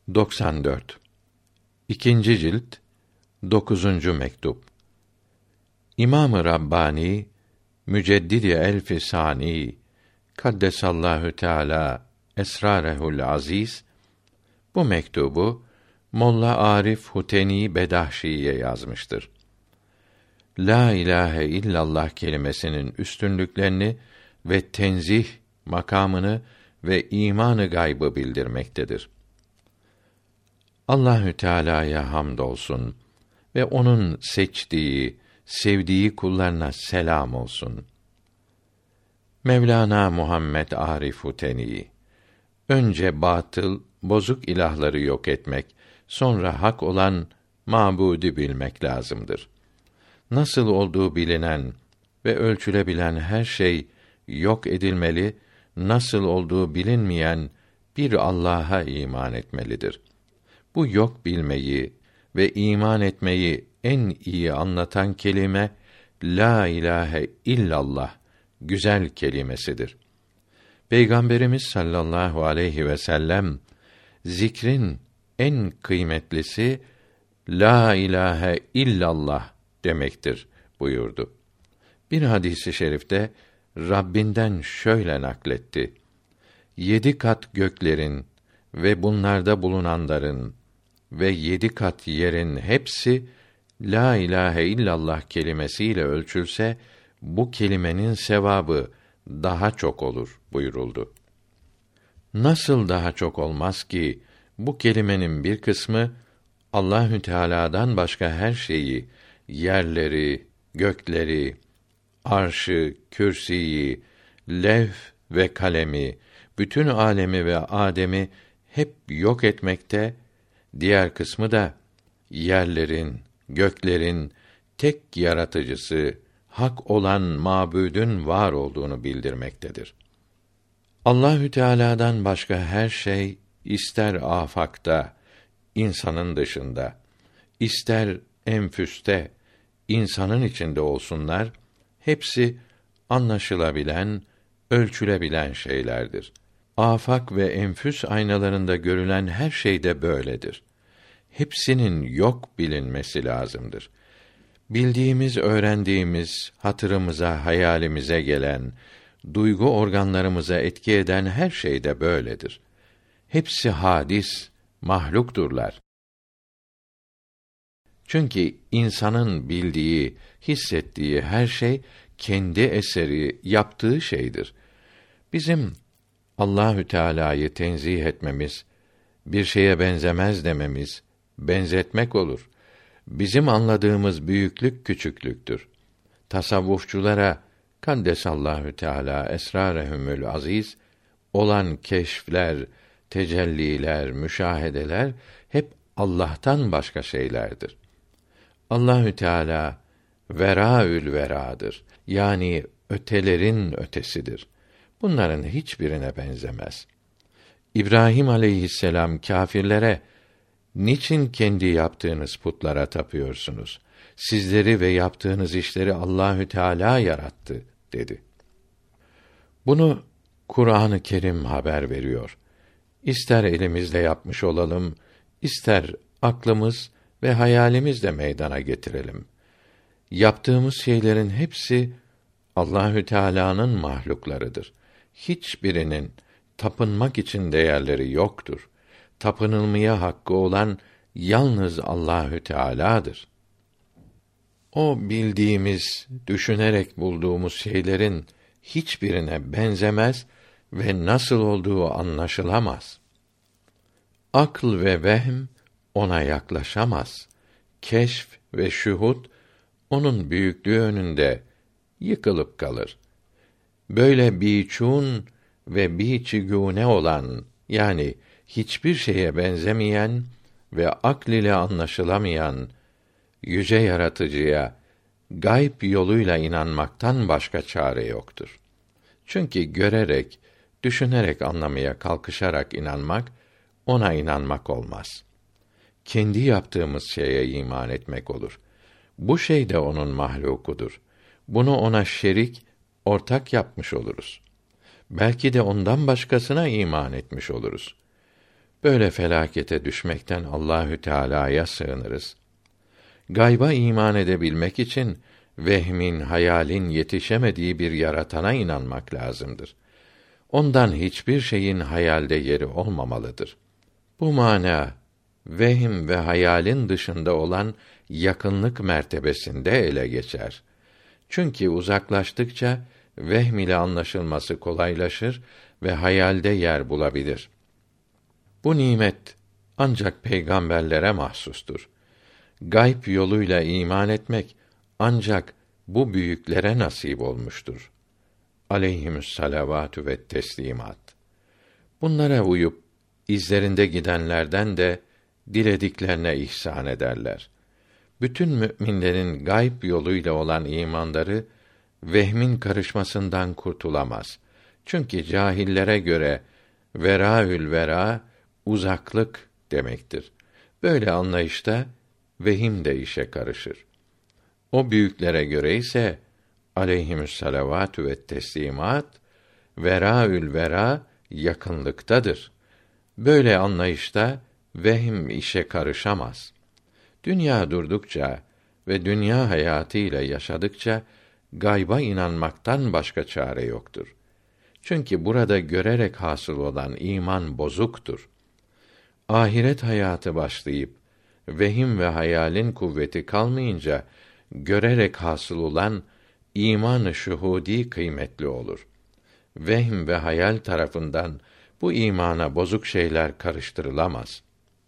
94. İkinci cilt 9. mektup. İmam-ı Rabbani Müceddidi Elf-i Sani Kaddesallahu Teala esrarehul aziz bu mektubu Molla Arif Huteni Bedahşi'ye yazmıştır. La ilahe illallah kelimesinin üstünlüklerini ve tenzih makamını ve imanı gaybı bildirmektedir. Allahü Teala'ya hamdolsun ve onun seçtiği, sevdiği kullarına selam olsun. Mevlana Muhammed Arif Huteni önce batıl, bozuk ilahları yok etmek, sonra hak olan mabudi bilmek lazımdır. Nasıl olduğu bilinen ve ölçülebilen her şey yok edilmeli, nasıl olduğu bilinmeyen bir Allah'a iman etmelidir. Bu yok bilmeyi ve iman etmeyi en iyi anlatan kelime la ilahe illallah güzel kelimesidir. Peygamberimiz sallallahu aleyhi ve sellem zikrin en kıymetlisi la ilahe illallah demektir buyurdu. Bir hadisi şerifte Rabbinden şöyle nakletti: 7 kat göklerin ve bunlarda bulunanların ve 7 kat yerin hepsi la ilahe illallah kelimesiyle ölçülse bu kelimenin sevabı daha çok olur buyuruldu. Nasıl daha çok olmaz ki bu kelimenin bir kısmı Allahü Teala'dan başka her şeyi, yerleri, gökleri, arşı, kürsiyi, levh ve kalemi, bütün alemi ve Adem'i hep yok etmekte, diğer kısmı da yerlerin, göklerin tek yaratıcısı, hak olan mabudun var olduğunu bildirmektedir. Allahü Teala'dan başka her şey ister afakta, insanın dışında, ister enfüste, insanın içinde olsunlar, hepsi anlaşılabilen, ölçülebilen şeylerdir. Afak ve enfüs aynalarında görülen her şey de böyledir. Hepsinin yok bilinmesi lazımdır. Bildiğimiz, öğrendiğimiz, hatırımıza, hayalimize gelen, duygu organlarımıza etki eden her şey de böyledir. Hepsi hadis, mahlukturlar. Çünkü insanın bildiği, hissettiği her şey kendi eseri, yaptığı şeydir. Bizim Allahü Teala'yı tenzih etmemiz, bir şeye benzemez dememiz, benzetmek olur. Bizim anladığımız büyüklük küçüklüktür. Tasavvufçulara Kaddesallahu Teala esrarehumül aziz olan keşfler, tecelliler, müşahedeler hep Allah'tan başka şeylerdir. Allahü Teala veraül veradır. Yani ötelerin ötesidir. Bunların hiçbirine benzemez. İbrahim aleyhisselam kâfirlere niçin kendi yaptığınız putlara tapıyorsunuz? Sizleri ve yaptığınız işleri Allahü Teala yarattı dedi. Bunu Kur'an-ı Kerim haber veriyor. İster elimizle yapmış olalım, ister aklımız ve hayalimizle meydana getirelim. Yaptığımız şeylerin hepsi Allahü Teala'nın mahluklarıdır. Hiçbirinin tapınmak için değerleri yoktur. Tapınılmaya hakkı olan yalnız Allahü Teala'dır. O bildiğimiz, düşünerek bulduğumuz şeylerin hiçbirine benzemez ve nasıl olduğu anlaşılamaz. Akıl ve vehm ona yaklaşamaz. Keşf ve şuhud onun büyüklüğü önünde yıkılıp kalır. Böyle biçun ve biçigûne olan, yani hiçbir şeye benzemeyen ve akl ile anlaşılamayan yüce yaratıcıya gayb yoluyla inanmaktan başka çare yoktur. Çünkü görerek, düşünerek anlamaya kalkışarak inanmak, ona inanmak olmaz. Kendi yaptığımız şeye iman etmek olur. Bu şey de onun mahlukudur. Bunu ona şerik, ortak yapmış oluruz. Belki de ondan başkasına iman etmiş oluruz. Böyle felakete düşmekten Allahü Teala'ya sığınırız. Gayba iman edebilmek için vehmin, hayalin yetişemediği bir yaratana inanmak lazımdır. Ondan hiçbir şeyin hayalde yeri olmamalıdır. Bu mana vehim ve hayalin dışında olan yakınlık mertebesinde ele geçer. Çünkü uzaklaştıkça vehm ile anlaşılması kolaylaşır ve hayalde yer bulabilir. Bu nimet ancak peygamberlere mahsustur. Gayb yoluyla iman etmek ancak bu büyüklere nasip olmuştur. Aleyhimü's salavatü ve teslimat. Bunlara uyup izlerinde gidenlerden de dilediklerine ihsan ederler. Bütün müminlerin gayb yoluyla olan imanları vehmin karışmasından kurtulamaz. Çünkü cahillere göre veraül vera uzaklık demektir. Böyle anlayışta vehim de işe karışır. O büyüklere göre ise aleyhimü's salavatü ve teslimat veraül vera yakınlıktadır. Böyle anlayışta vehim işe karışamaz. Dünya durdukça ve dünya hayatıyla yaşadıkça gayba inanmaktan başka çare yoktur. Çünkü burada görerek hasıl olan iman bozuktur. Ahiret hayatı başlayıp vehim ve hayalin kuvveti kalmayınca görerek hasıl olan iman-ı şuhudi kıymetli olur. Vehm ve hayal tarafından bu imana bozuk şeyler karıştırılamaz.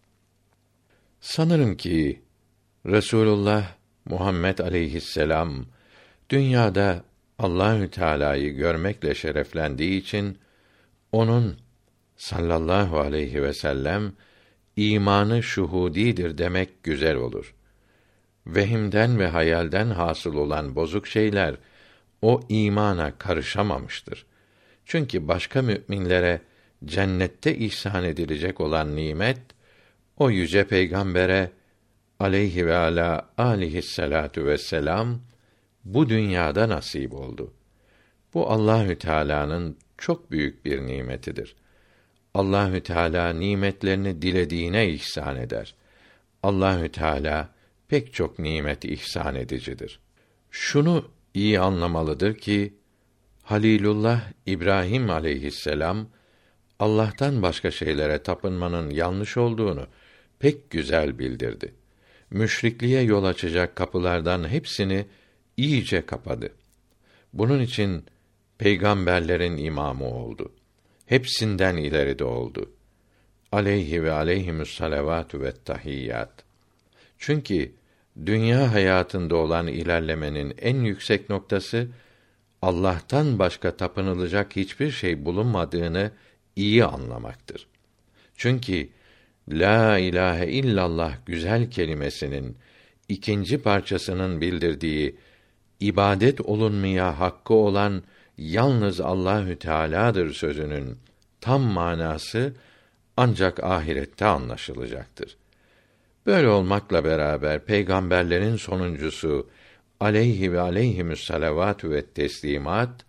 Sanırım ki Resulullah Muhammed aleyhisselam dünyada Allahü Teala'yı görmekle şereflendiği için onun sallallahu aleyhi ve sellem imanı şuhudidir demek güzel olur. Vehimden ve hayalden hasıl olan bozuk şeyler o imana karışamamıştır. Çünkü başka müminlere cennette ihsan edilecek olan nimet o yüce peygambere aleyhi ve ala aleyhissalatu vesselam bu dünyada nasip oldu. Bu Allahü Teala'nın çok büyük bir nimetidir. Allahü Teala nimetlerini dilediğine ihsan eder. Allahü Teala pek çok nimet ihsan edicidir. Şunu iyi anlamalıdır ki Halilullah İbrahim aleyhisselam Allah'tan başka şeylere tapınmanın yanlış olduğunu pek güzel bildirdi. Müşrikliğe yol açacak kapılardan hepsini iyice kapadı. Bunun için peygamberlerin imamı oldu. Hepsinden ileride oldu. Aleyhi ve aleyhimü's salavatü ve tahiyyat. Çünkü dünya hayatında olan ilerlemenin en yüksek noktası Allah'tan başka tapınılacak hiçbir şey bulunmadığını iyi anlamaktır. Çünkü la ilahe illallah güzel kelimesinin ikinci parçasının bildirdiği ibadet olunmaya hakkı olan yalnız Allahü Teala'dır sözünün tam manası ancak ahirette anlaşılacaktır. Böyle olmakla beraber peygamberlerin sonuncusu aleyhi ve aleyhimü's salavatü ve teslimat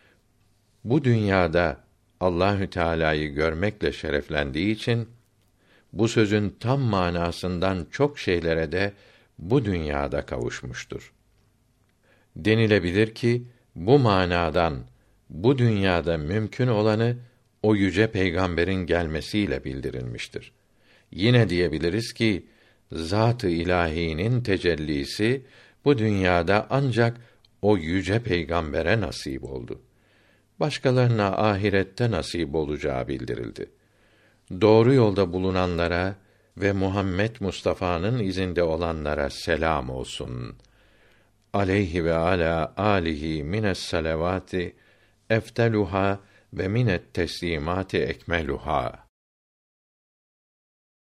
bu dünyada Allahü Teala'yı görmekle şereflendiği için bu sözün tam manasından çok şeylere de bu dünyada kavuşmuştur. Denilebilir ki bu manadan bu dünyada mümkün olanı o yüce peygamberin gelmesiyle bildirilmiştir. Yine diyebiliriz ki zat-ı ilahinin tecellisi bu dünyada ancak o yüce peygambere nasip oldu. Başkalarına ahirette nasip olacağı bildirildi. Doğru yolda bulunanlara ve Muhammed Mustafa'nın izinde olanlara selam olsun. Aleyhi ve ala alihi mines salavati efteluha ve minet teslimati ekmeluha.